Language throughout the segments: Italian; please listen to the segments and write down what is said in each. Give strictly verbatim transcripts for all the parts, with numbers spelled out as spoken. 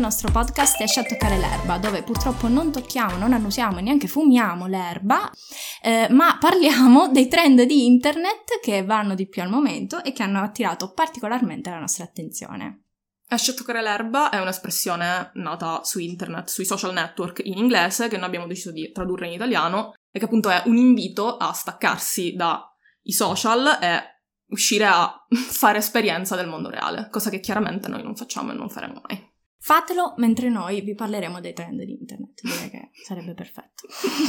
al nostro podcast Esci a toccare l'erba, dove purtroppo non tocchiamo, non annusiamo e neanche fumiamo l'erba, eh, ma parliamo dei trend di internet che vanno di più al momento e che hanno attirato particolarmente la nostra attenzione. Esci a toccare l'erba è un'espressione nata su internet, sui social network in inglese, che noi abbiamo deciso di tradurre in italiano, e che appunto è un invito a staccarsi dai social e uscire a fare esperienza del mondo reale, cosa che chiaramente noi non facciamo e non faremo mai. Fatelo mentre noi vi parleremo dei trend di internet, direi che sarebbe perfetto.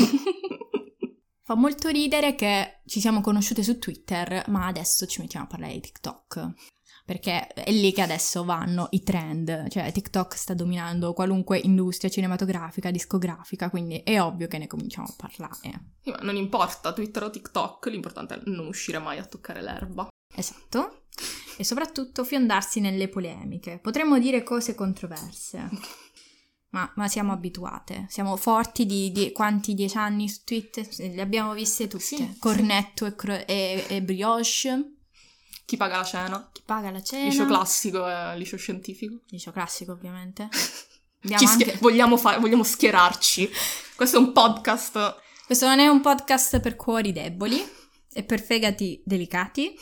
Fa molto ridere che ci siamo conosciute su Twitter, ma adesso ci mettiamo a parlare di TikTok, perché è lì che adesso vanno i trend, cioè TikTok sta dominando qualunque industria cinematografica, discografica, quindi è ovvio che ne cominciamo a parlare. Sì, ma non importa Twitter o TikTok, l'importante è non uscire mai a toccare l'erba. Esatto. E soprattutto fiondarsi nelle polemiche. Potremmo dire cose controverse, ma, ma siamo abituate. Siamo forti di, di quanti dieci anni su Twitter? Le abbiamo viste tutte. Sì, Cornetto sì. e, cro- e, e brioche. Chi paga la cena? Chi paga la cena? Liceo classico e liceo scientifico. Liceo classico, ovviamente. Ci anche... schi- vogliamo, fa- vogliamo schierarci. Questo è un podcast. Questo non è un podcast per cuori deboli e per fegati delicati.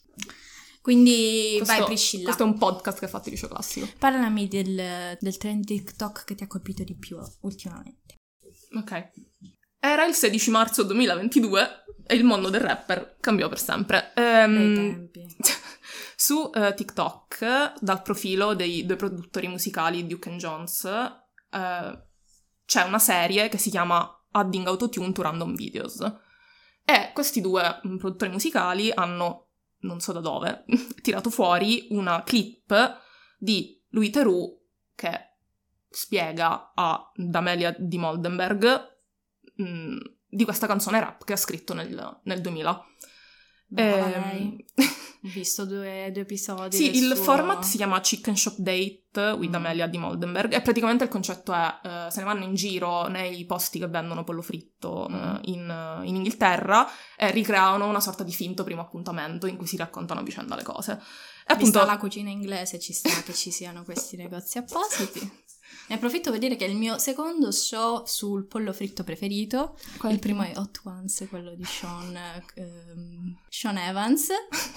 Quindi questo, vai Priscilla. Questo è un podcast che ha fatto il liceo classico. Parlami del, del trend TikTok che ti ha colpito di più ultimamente. Ok. Era il sedici marzo duemilaventidue e il mondo del rapper cambiò per sempre. Ehm, tempi. Su uh, TikTok, dal profilo dei due produttori musicali Duke and Jones, uh, c'è una serie che si chiama Adding Autotune to Random Videos. E questi due produttori musicali hanno, non so da dove, tirato fuori una clip di Louis Theroux che spiega a D'Amelia di Moldenberg mh, di questa canzone rap che ha scritto nel, nel duemila. Brava e... lei. Ho visto due, due episodi. Sì, il suo... format si chiama Chicken Shop Date with mm. Amelia di Moldenberg e praticamente il concetto è uh, se ne vanno in giro nei posti che vendono pollo fritto mm. uh, in, uh, in Inghilterra e ricreano una sorta di finto primo appuntamento in cui si raccontano a vicenda le cose. E appunto vista la cucina inglese ci sta che ci siano questi negozi appositi. Ne approfitto per dire che è il mio secondo show sul pollo fritto preferito. Qual il primo è Hot Ones, quello di Sean, ehm, Sean Evans,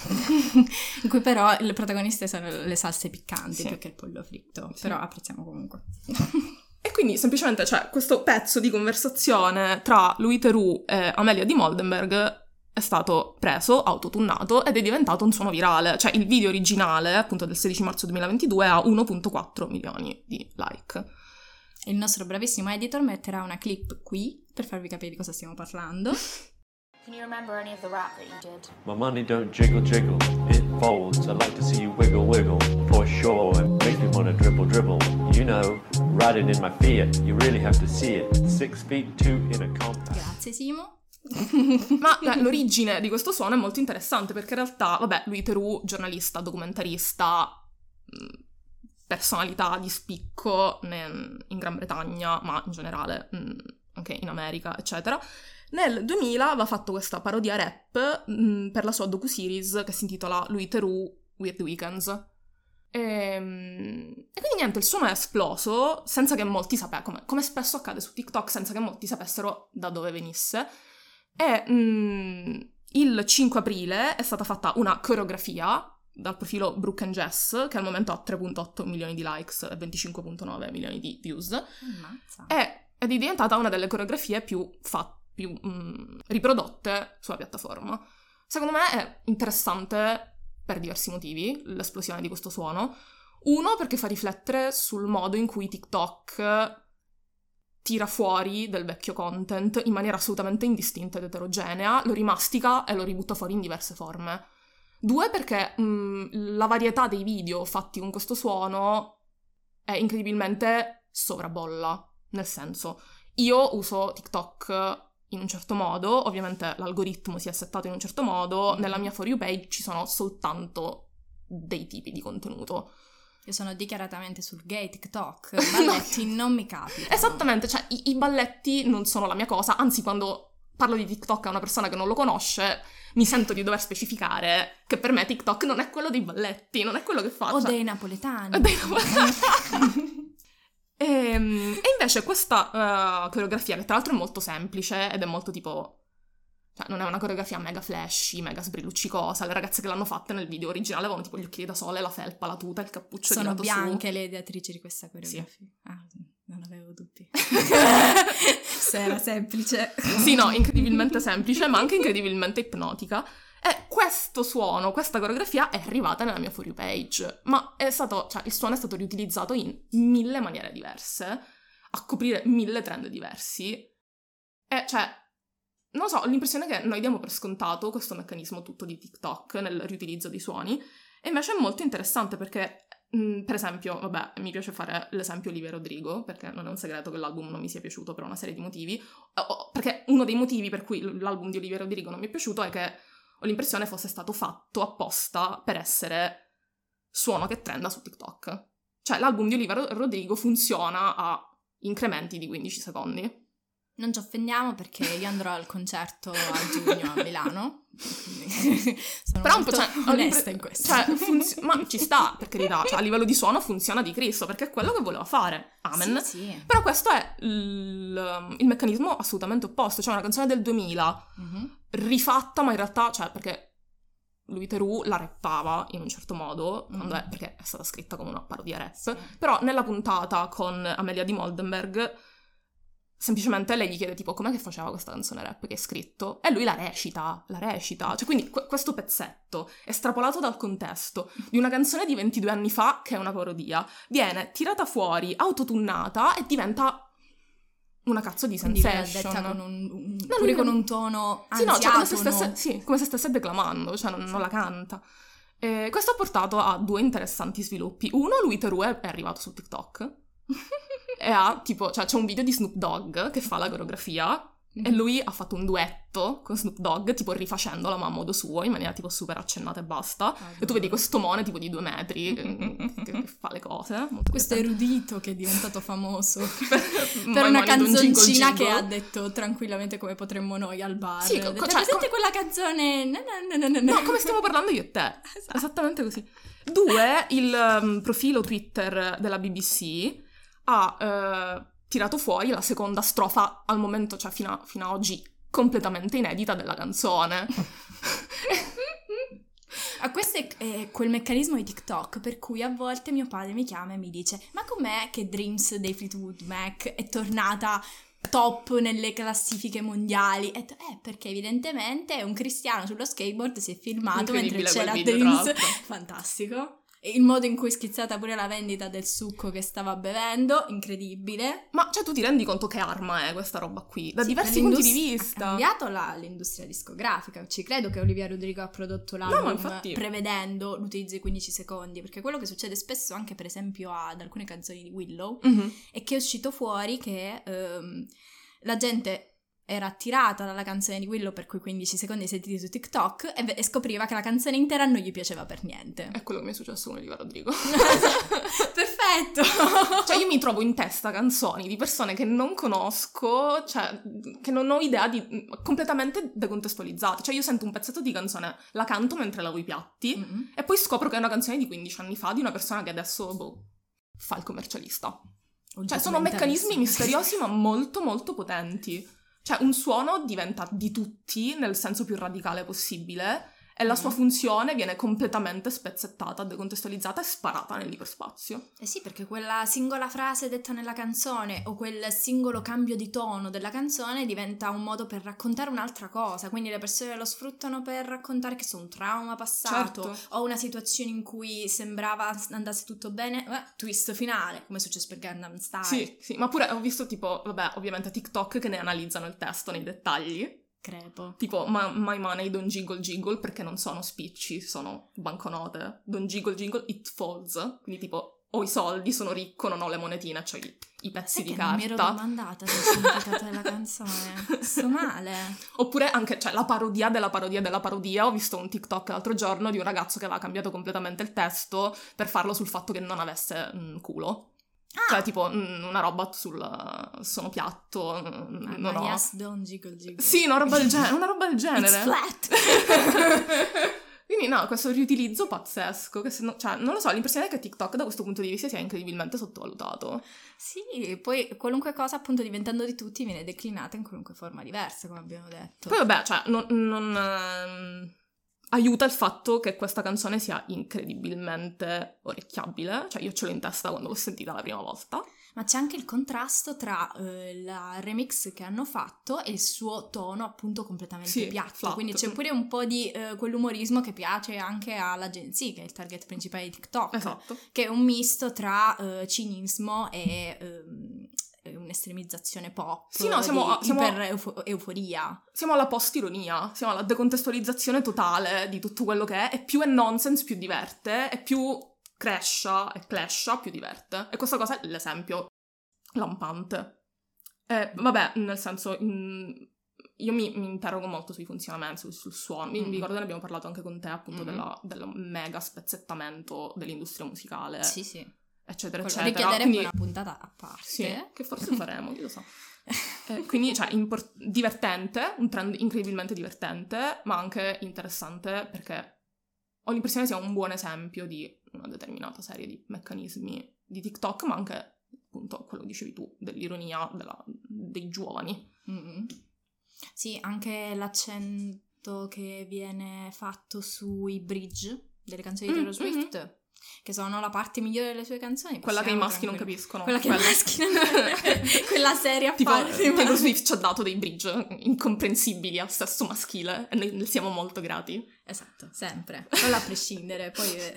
in cui però le protagoniste sono le salse piccanti sì. più che il pollo fritto, sì. però apprezziamo comunque. E quindi semplicemente c'è questo pezzo di conversazione tra Louis Theroux e Amelia di Moldenberg è stato preso, autotunnato ed è diventato un suono virale. Cioè il video originale, appunto del sedici marzo duemilaventidue, ha uno virgola quattro milioni di like. Il nostro bravissimo editor metterà una clip qui per farvi capire di cosa stiamo parlando. Can you remember any of the rap that you did? My money don't jiggle jiggle, it folds. I like to see you wiggle wiggle, for sure. It makes me wanna dribble dribble. You know, riding in my Fiat, you really have to see it. Six feet two in a compact. Grazie Simo. Ma beh, l'origine di questo suono è molto interessante perché in realtà, vabbè, Louis Theroux, giornalista, documentarista, personalità di spicco in Gran Bretagna, ma in generale anche in America, eccetera, nel duemila aveva fatto questa parodia rap mh, per la sua docuseries che si intitola Louis Theroux Weird Weekends. E, e quindi niente, il suono è esploso senza che molti sapessero, come, come spesso accade su TikTok, senza che molti sapessero da dove venisse. E mh, il cinque aprile è stata fatta una coreografia dal profilo Brooke and Jess, che al momento ha tre virgola otto milioni di likes e venticinque virgola nove milioni di views. Ammazza. E, ed è diventata una delle coreografie più, fa- più mh, riprodotte sulla piattaforma. Secondo me è interessante per diversi motivi l'esplosione di questo suono. Uno, perché fa riflettere sul modo in cui TikTok tira fuori del vecchio content in maniera assolutamente indistinta ed eterogenea, lo rimastica e lo ributta fuori in diverse forme. Due, perché mh, la varietà dei video fatti con questo suono è incredibilmente sovrabolla. Nel senso, io uso TikTok in un certo modo, ovviamente l'algoritmo si è settato in un certo modo, nella mia For You page ci sono soltanto dei tipi di contenuto. Io sono dichiaratamente sul gay TikTok, balletti non mi capitano. Esattamente, cioè i, i balletti non sono la mia cosa, anzi quando parlo di TikTok a una persona che non lo conosce mi sento di dover specificare che per me TikTok non è quello dei balletti, non è quello che faccio. O dei napoletani. O dei napoletani. E, e invece questa uh, coreografia, che tra l'altro è molto semplice ed è molto tipo... Cioè, non è una coreografia mega flashy, mega sbrilluccicosa. Le ragazze che l'hanno fatta nel video originale avevano tipo gli occhiali da sole, la felpa, la tuta, il cappuccio Sono tirato bianche su. le ideatrici di questa coreografia. Sì. Ah, non avevo dubbi. Se era semplice. Sì, no, incredibilmente semplice, ma anche incredibilmente ipnotica. E questo suono, questa coreografia è arrivata nella mia For You page. Ma è stato, cioè, il suono è stato riutilizzato in mille maniere diverse, a coprire mille trend diversi. E, cioè... Non so, ho l'impressione che noi diamo per scontato questo meccanismo tutto di TikTok nel riutilizzo dei suoni, e invece è molto interessante perché, mh, per esempio, vabbè, mi piace fare l'esempio Olivia Rodrigo, perché non è un segreto che l'album non mi sia piaciuto per una serie di motivi, o, perché uno dei motivi per cui l'album di Olivia Rodrigo non mi è piaciuto è che ho l'impressione fosse stato fatto apposta per essere suono che trenda su TikTok. Cioè, l'album di Olivia Rodrigo funziona a incrementi di quindici secondi. Non ci offendiamo perché io andrò al concerto a giugno a Milano, quindi sono però molto cioè, onesta in questo. Cioè, funzi- ma ci sta, per carità, cioè, a livello di suono funziona di Cristo, perché è quello che voleva fare, amen. Sì, sì. Però questo è il, il meccanismo assolutamente opposto, cioè una canzone del duemila, Mm-hmm. rifatta, ma in realtà, cioè, perché Louis Theroux la rappava in un certo modo, Mm. quando è, perché è stata scritta come una parodia rap, Sì. però nella puntata con Amelia di Moldenberg semplicemente lei gli chiede tipo com'è che faceva questa canzone rap che hai scritto, e lui la recita, la recita, cioè quindi que- questo pezzetto estrapolato dal contesto di una canzone di ventidue anni fa che è una parodia, viene tirata fuori, autotunnata e diventa una cazzo di Quindi l'ha sensation. detta con un, un No, pure lui con non- un tono Sì, no, cioè come se ansiato, stesse, no? sì, come se stesse declamando, cioè non, non la canta. E questo ha portato a due interessanti sviluppi. Uno, Louis Theroux è è arrivato su TikTok e ha tipo, cioè c'è un video di Snoop Dogg che fa la coreografia e lui ha fatto un duetto con Snoop Dogg, tipo rifacendola ma a modo suo, in maniera tipo super accennata e basta. E tu vedi questo mone tipo di due metri che, che- che fa le cose. Molto Questo divertente. erudito che è diventato famoso per My una money don't jingle canzoncina jingle. che ha detto tranquillamente come potremmo noi al bar. Sì, Ha co- detto, cioè, presente co- quella canzone? No, no, no, no, no. No, come stiamo parlando io e te. Esatto. Esattamente così. Due, il um, profilo Twitter della B B C ha eh, tirato fuori la seconda strofa al momento, cioè fino a, fino a oggi, completamente inedita della canzone. Ah, questo è eh, quel meccanismo di TikTok per cui a volte mio padre mi chiama e mi dice ma com'è che Dreams dei Fleetwood Mac è tornata top nelle classifiche mondiali? E t- eh, perché evidentemente un cristiano sullo skateboard si è filmato mentre Incredibile c'era quel video, tra Dreams. l'altro. Fantastico. E il modo in cui è schizzata pure la vendita del succo che stava bevendo, incredibile. Ma cioè tu ti rendi conto che arma è questa roba qui? Da Sì, diversi per punti di l'indus- vista. Ha cambiato la- l'industria discografica. Ci credo che Olivia Rodrigo ha prodotto l'album infatti. prevedendo l'utilizzo di quindici secondi, perché quello che succede spesso anche per esempio ad alcune canzoni di Willow Mhm. è che è uscito fuori che ehm, la gente era attirata dalla canzone di Willow per quei quindici secondi sentiti su TikTok e, ve- e scopriva che la canzone intera non gli piaceva per niente. È quello che mi è successo con Olivia Rodrigo. Perfetto! Cioè io mi trovo in testa canzoni di persone che non conosco, cioè che non ho idea di... completamente decontestualizzate. Cioè io sento un pezzetto di canzone, la canto mentre lavo i piatti Mm-mm. e poi scopro che è una canzone di quindici anni fa di una persona che adesso, boh, fa il commercialista. Cioè sono meccanismi misteriosi ma molto molto potenti. Cioè un suono diventa di tutti nel senso più radicale possibile e la sua Mm. funzione viene completamente spezzettata, decontestualizzata e sparata nell'iperspazio. Eh sì, perché quella singola frase detta nella canzone o quel singolo cambio di tono della canzone diventa un modo per raccontare un'altra cosa, quindi le persone lo sfruttano per raccontare che so un trauma passato Certo. o una situazione in cui sembrava andasse tutto bene, eh, twist finale, come è successo per Gangnam Style. Sì, sì, ma pure ho visto tipo, vabbè, ovviamente TikTok che ne analizzano il testo nei dettagli. Crepo. Tipo, ma, my money don't jingle jingle, perché non sono spicci, sono banconote. Don't jingle jingle, it falls. Quindi tipo, ho i soldi, sono ricco, non ho le monetine, cioè i, i pezzi Sai di che non mi ero carta. domandata del significato della canzone? Sto male. Oppure anche, cioè, la parodia della parodia della parodia. Ho visto un TikTok l'altro giorno di un ragazzo che aveva cambiato completamente il testo per farlo sul fatto che non avesse mm, culo. Ah. Cioè, tipo, mm, una roba sul sono piatto, mm, Ah, non ma ho... yes, don't jiggle jiggle. Sì, una roba del genere, una roba del genere. It's flat. Quindi no, questo riutilizzo pazzesco, che se no, cioè, non lo so, l'impressione è che TikTok da questo punto di vista sia incredibilmente sottovalutato. Sì, poi qualunque cosa appunto diventando di tutti viene declinata in qualunque forma diversa, come abbiamo detto. Poi vabbè, cioè, non... non ehm, aiuta il fatto che questa canzone sia incredibilmente orecchiabile, cioè io ce l'ho in testa quando l'ho sentita la prima volta. Ma c'è anche il contrasto tra eh, la remix che hanno fatto e il suo tono appunto completamente Sì, piatto, flat. quindi c'è pure un po' di eh, quell'umorismo che piace anche alla Gen Z, che è il target principale di TikTok, Esatto. che è un misto tra eh, cinismo e ehm, un'estremizzazione pop, Sì, no, siamo- di siamo- iper eufo- euforia. Siamo alla post-ironia, siamo alla decontestualizzazione totale di tutto quello che è, e più è nonsense più diverte, e più crescia e clasha più diverte. E questa cosa è l'esempio lampante. Eh, vabbè, nel senso, mm, io mi, mi interrogo molto sui funzionamenti, sul, sul suono. Mi, Mm. mi ricordo che ne abbiamo parlato anche con te, appunto, Mm. della- del mega spezzettamento dell'industria musicale, Sì, sì. eccetera, Quello eccetera. richiederebbe Quindi, una puntata a parte. sì, che forse faremo, chi lo sa. Eh, quindi, cioè, impor- divertente, un trend incredibilmente divertente, ma anche interessante perché ho l'impressione sia un buon esempio di una determinata serie di meccanismi di TikTok, ma anche, appunto, quello che dicevi tu, dell'ironia della- dei giovani. Mm-mm. Sì, anche l'accento che viene fatto sui bridge delle canzoni di Mm, Taylor Swift, che sono la parte migliore delle sue canzoni. Quella che i possiamo maschi non tranquilli- capiscono. Quella che i maschi non quella seria Tipo, parte. Taylor Swift ci ha dato dei bridge incomprensibili al sesso maschile e noi ne siamo molto grati. Esatto, sempre. Quello a prescindere, poi... eh,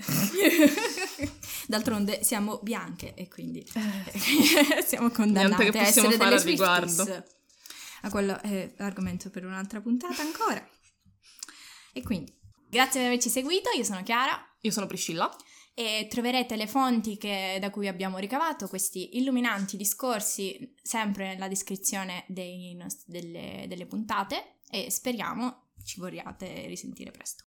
D'altronde siamo bianche e quindi siamo condannate Niente che a possiamo essere fare delle al Swifties. riguardo. Ma quello è argomento per un'altra puntata ancora. E quindi, grazie per averci seguito, io sono Chiara Io sono Priscilla. e troverete le fonti che- da cui abbiamo ricavato questi illuminanti discorsi sempre nella descrizione dei nost- delle, delle puntate e speriamo ci vorriate risentire presto.